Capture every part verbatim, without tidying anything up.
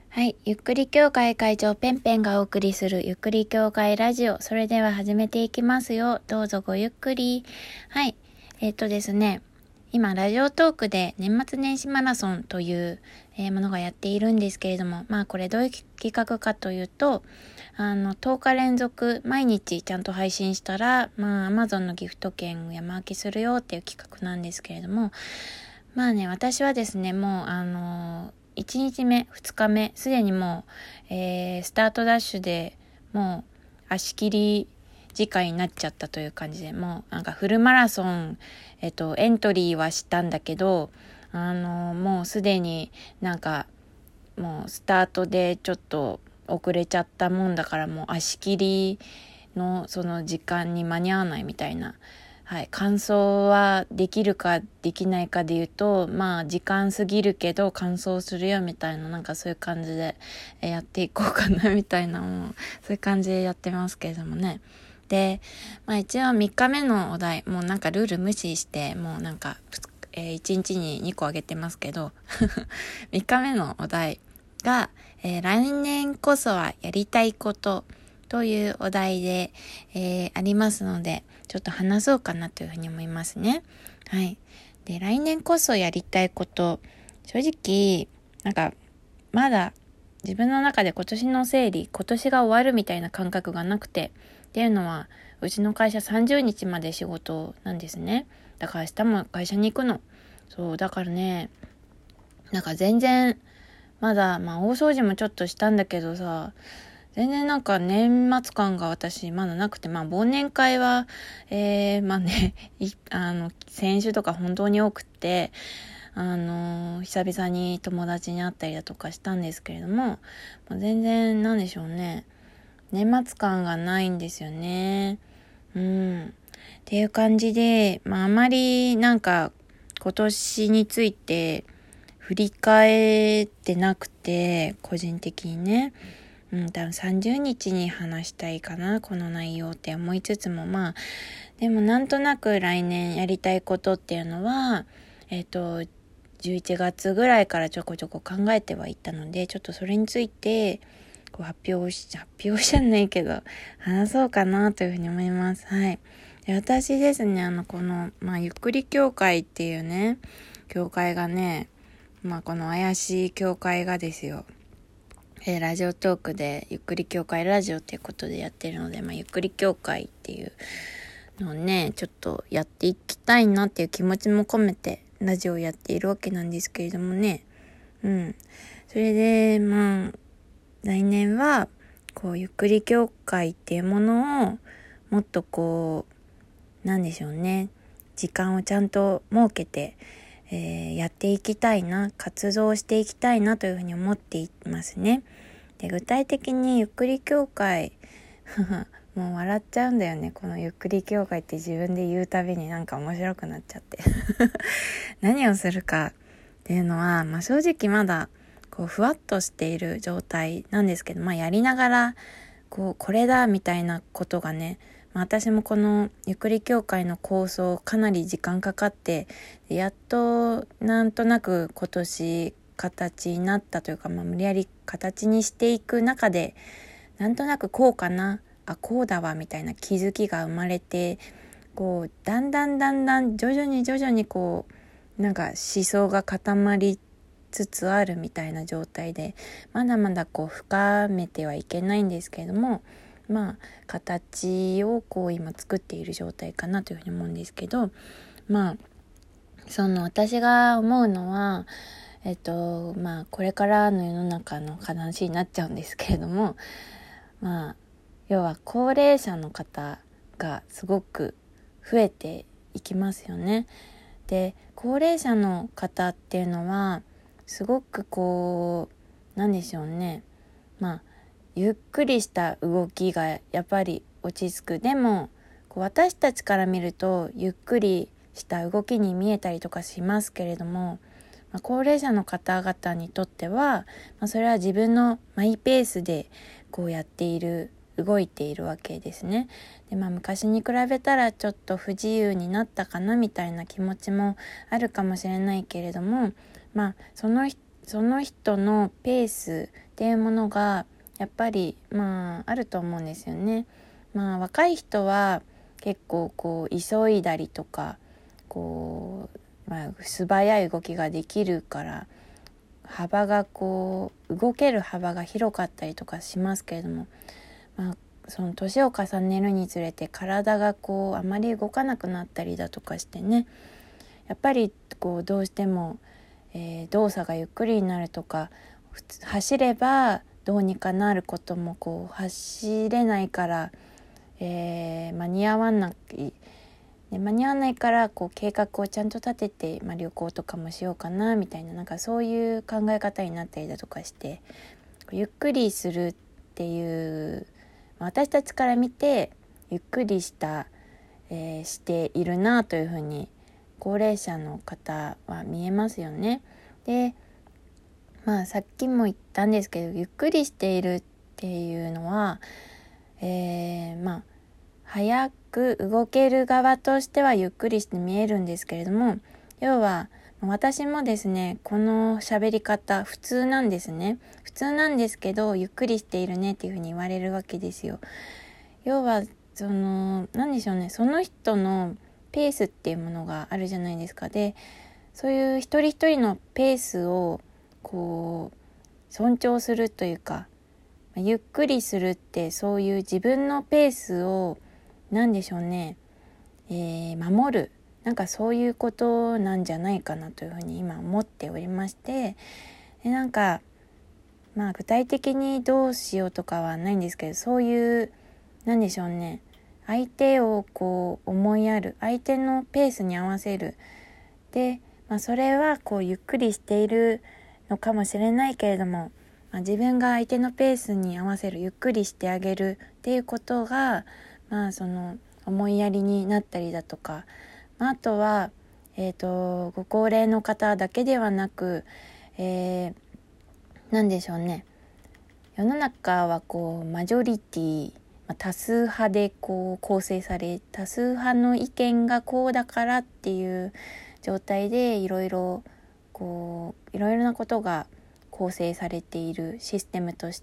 はい、ゆっくり協会会長ペンペンがお送りするゆっくり協会ラジオ。それでは始めていきますよ。どうぞごゆっくり。はい、えっとですね、今ラジオトークで年末年始マラソンという、えーものがやっているんですけれども、まあこれどういう企画かというと、あのとおか連続毎日ちゃんと配信したら、まあ Amazon のギフト券を山分けするよっていう企画なんですけれども、まあね、私はですね、もうあのいちにちめ、ふつかめ、すでにもう、えー、スタートダッシュでもう足切り時間になっちゃったという感じで、もうなんかフルマラソン、えっと、エントリーはしたんだけど、あのもうすでになんかもうスタートでちょっと遅れちゃったもんだから、もう足切りのその時間に間に合わないみたいな。はい、完走はできるかできないかで言うと、まあ時間過ぎるけど完走するよみたいな、なんかそういう感じでやっていこうかなみたいな、もうそういう感じでやってますけれどもね。で、まあ一応みっかめのお題、もうなんかルール無視して、もうなんか、えー、いちにちににこあげてますけど、みっかめのお題が、えー、来年こそはやりたいことというお題で、えー、ありますので、ちょっと話そうかなというふうに思いますね。はい。で、来年こそやりたいこと、正直、なんか、まだ自分の中で今年の整理、今年が終わるみたいな感覚がなくて、っていうのは、うちの会社さんじゅうにちまで仕事なんですね。だから明日も会社に行くの。そう、だからね、なんか全然、まだ、まあ大掃除もちょっとしたんだけどさ、全然なんか年末感が私まだなくて、まあ忘年会は、えー、まあね、いあの、先週とか本当に多くって、あのー、久々に友達に会ったりだとかしたんですけれども、もう全然なんでしょうね。年末感がないんですよね。うん。っていう感じで、まああまりなんか今年について振り返ってなくて、個人的にね。うん、多分さんじゅうにちに話したいかな、この内容って思いつつも、まあ、でもなんとなく来年やりたいことっていうのは、えっと、じゅういちがつぐらいからちょこちょこ考えてはいったので、ちょっとそれについて、こう発表し、発表じゃないけど、話そうかなというふうに思います。はい。で、私ですね、あの、この、まあ、ゆっくり協会っていうね、協会がね、まあ、この怪しい協会がですよ、えー、ラジオトークでゆっくり協会ラジオっていうことでやってるので、まあ、ゆっくり協会っていうのをね、ちょっとやっていきたいなっていう気持ちも込めてラジオをやっているわけなんですけれどもね。うん。それで、まあ、来年は、こう、ゆっくり協会っていうものをもっとこう、なんでしょうね。時間をちゃんと設けて、えー、やっていきたいな、活動していきたいなというふうに思っていますね。で、具体的にゆっくり協会もう笑っちゃうんだよね。このゆっくり協会って自分で言うたびになんか面白くなっちゃって何をするかっていうのは、まあ、正直まだこうふわっとしている状態なんですけど、まあ、やりながらこうこれだみたいなことがね、まあ、私もこのゆっくり協会の構想かなり時間かかって、やっとなんとなく今年形になったというか、まあ、無理やり形にしていく中で、なんとなくこうかな、あ、こうだわみたいな気づきが生まれて、こうだんだんだんだん徐々に徐々にこうなんか思想が固まりつつあるみたいな状態で、まだまだこう深めてはいけないんですけれども、まあ形をこう今作っている状態かなというふうに思うんですけど、まあその私が思うのは、えっとまあこれからの世の中の話になっちゃうんですけれども、まあ要は高齢者の方がすごく増えていきますよね。で、高齢者の方っていうのはすごくこうなんでしょうね、まあゆっくりした動きがやっぱり落ち着く。でもこう私たちから見るとゆっくりした動きに見えたりとかしますけれども、まあ、高齢者の方々にとっては、まあ、それは自分のマイペースでこうやっている、動いているわけですね。で、まあ、昔に比べたらちょっと不自由になったかなみたいな気持ちもあるかもしれないけれども、まあそのその人のペースっていうものがやっぱりまああると思うんですよね。まあ若い人は結構こう急いだりとかこう、まあ、素早い動きができるから幅がこう動ける幅が広かったりとかしますけれども、まあ、その年を重ねるにつれて体がこうあまり動かなくなったりだとかしてね、やっぱりこうどうしても、えー、動作がゆっくりになるとか、普通走ればどうにかなることもこう走れないから、えー、間に合わない、で間に合わないからこう計画をちゃんと立てて、まあ、旅行とかもしようかなみたいな、なんかそういう考え方になったりだとかして、ゆっくりするっていう、私たちから見てゆっくりした、えー、しているなというふうに高齢者の方は見えますよね。で、まあさっきも言ったんですけど、ゆっくりしているっていうのは、えー、まあ早く動ける側としてはゆっくりして見えるんですけれども、要は私もですね、この喋り方普通なんですね。普通なんですけどゆっくりしているねっていうふうに言われるわけですよ。要はその何でしょうね、その人のペースっていうものがあるじゃないですか。で、そういう一人一人のペースをこう尊重するというか、ゆっくりするってそういう自分のペースを何でしょうね、えー、守る、なんかそういうことなんじゃないかなというふうに今思っておりまして、でなんかまあ具体的にどうしようとかはないんですけど、そういうなんでしょうね、相手をこう思いやる、相手のペースに合わせる。で、まあ、それはこうゆっくりしているのかもしれないけれども、まあ、自分が相手のペースに合わせる、ゆっくりしてあげるっていうことが、まあその思いやりになったりだとか、まあ、あとは、えーと、ご高齢の方だけではなく、えー、なんでしょうね、世の中はこうマジョリティ、多数派でこう構成され、多数派の意見がこうだからっていう状態でいろいろこういろいろなことが構成されているシステムとして、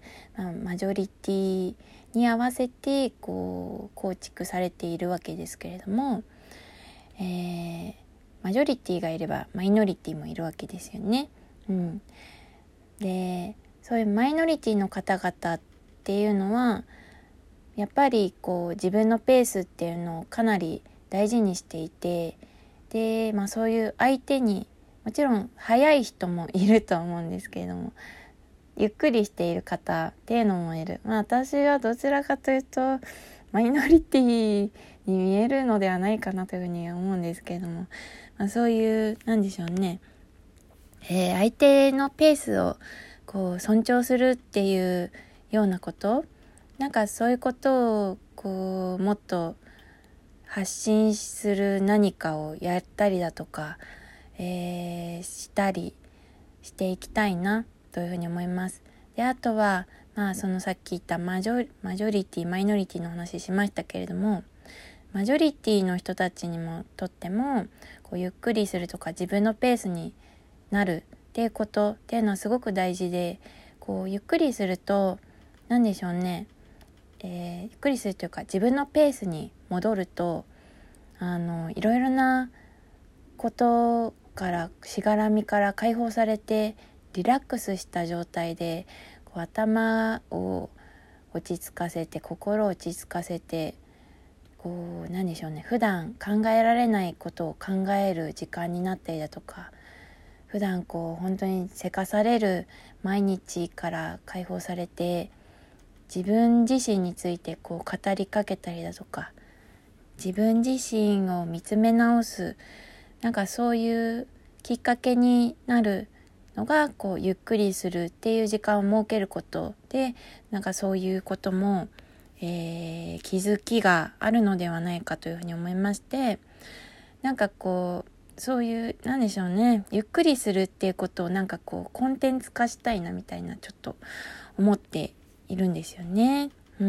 まあ、マジョリティに合わせてこう構築されているわけですけれども、えー、マジョリティがいればマイノリティもいるわけですよね。うん、でそういうマイノリティの方々っていうのはやっぱりこう自分のペースっていうのをかなり大事にしていて、で、まあ、そういう相手にもちろん早い人もいると思うんですけれども、ゆっくりしている方っていうのもいる。まあ私はどちらかというとマイノリティに見えるのではないかなというふうに思うんですけれども、まあ、そういうなんでしょうね、えー、相手のペースをこう尊重するっていうようなこと、なんかそういうことをこうもっと発信する何かをやったりだとか、えー、したりしていきたいなというふうに思います。で、あとはまあそのさっき言ったマジョ、マジョリティマイノリティの話しましたけれども、マジョリティの人たちにもとってもこうゆっくりするとか自分のペースになるっていうことっていうのはすごく大事で、こうゆっくりすると何でしょうね、えー、ゆっくりするというか自分のペースに戻ると、あのいろいろなことからしがらみから解放されてリラックスした状態でこう頭を落ち着かせて心を落ち着かせて、こう何でしょうね、普段考えられないことを考える時間になったりだとか、普段こう本当にせかされる毎日から解放されて自分自身についてこう語りかけたりだとか、自分自身を見つめ直す、なんかそういうきっかけになるのがこうゆっくりするっていう時間を設けることで、なんかそういうことも、えー、気づきがあるのではないかというふうに思いまして、なんかこうそういうなんでしょうね、ゆっくりするっていうことをなんかこうコンテンツ化したいなみたいなちょっと思っているんですよね。うん、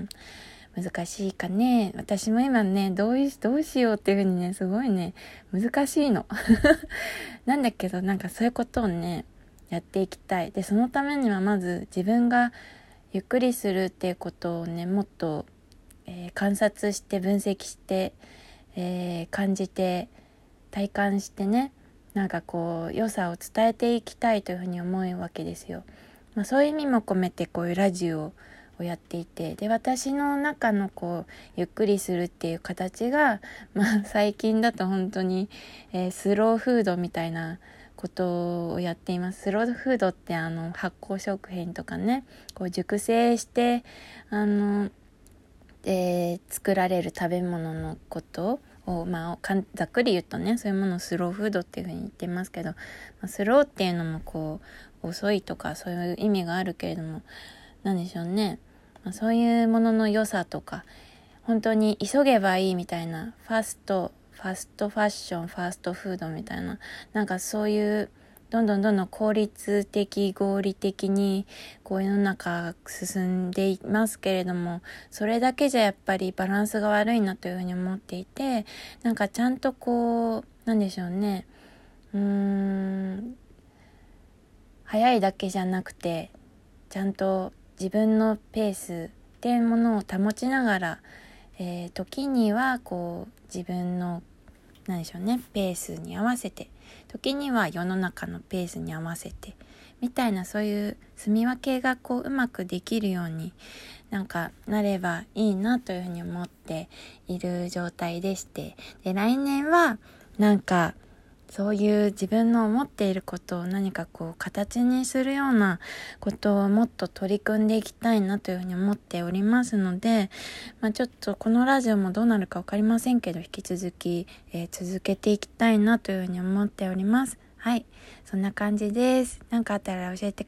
難しいかね。私も今ねどうし、どうしようっていう風にねすごいね難しいのなんだけど、なんかそういうことをねやっていきたい。でそのためにはまず自分がゆっくりするっていうことをねもっと、えー、観察して分析して、えー、感じて体感してね、なんかこう良さを伝えていきたいというふうに思うわけですよ。まあ、そういう意味も込めてこういうラジオをやっていて、で私の中のこうゆっくりするっていう形が、まあ、最近だと本当に、えー、スローフードみたいなことをやっています。スローフードってあの発酵食品とかね、こう熟成してあの、えー、作られる食べ物のことを、まあ、かんざっくり言うとね、そういうものをスローフードっていうふうに言ってますけど、まあ、スローっていうのもこう遅いとかそういう意味があるけれども、なんでしょうね、まあ、そういうものの良さとか、本当に急げばいいみたいな、ファストファストファッション、ファストフードみたいな、なんかそういうどんどんどんどん効率的合理的にこう世の中が進んでいますけれども、それだけじゃやっぱりバランスが悪いなというふうに思っていて、なんかちゃんとこうなんでしょうね、うーん早いだけじゃなくて、ちゃんと自分のペースっていうものを保ちながら、えー、時にはこう自分のなんでしょうね、ペースに合わせて、時には世の中のペースに合わせてみたいな、そういう住み分けがこううまくできるようになんかなればいいなというふうに思っている状態でして、で来年はなんかそういう自分の思っていることを何かこう形にするようなことをもっと取り組んでいきたいなというふうに思っておりますので、まあ、ちょっとこのラジオもどうなるか分かりませんけど、引き続き、えー、続けていきたいなというふうに思っております。はい、そんな感じです。何かあったら教えてください。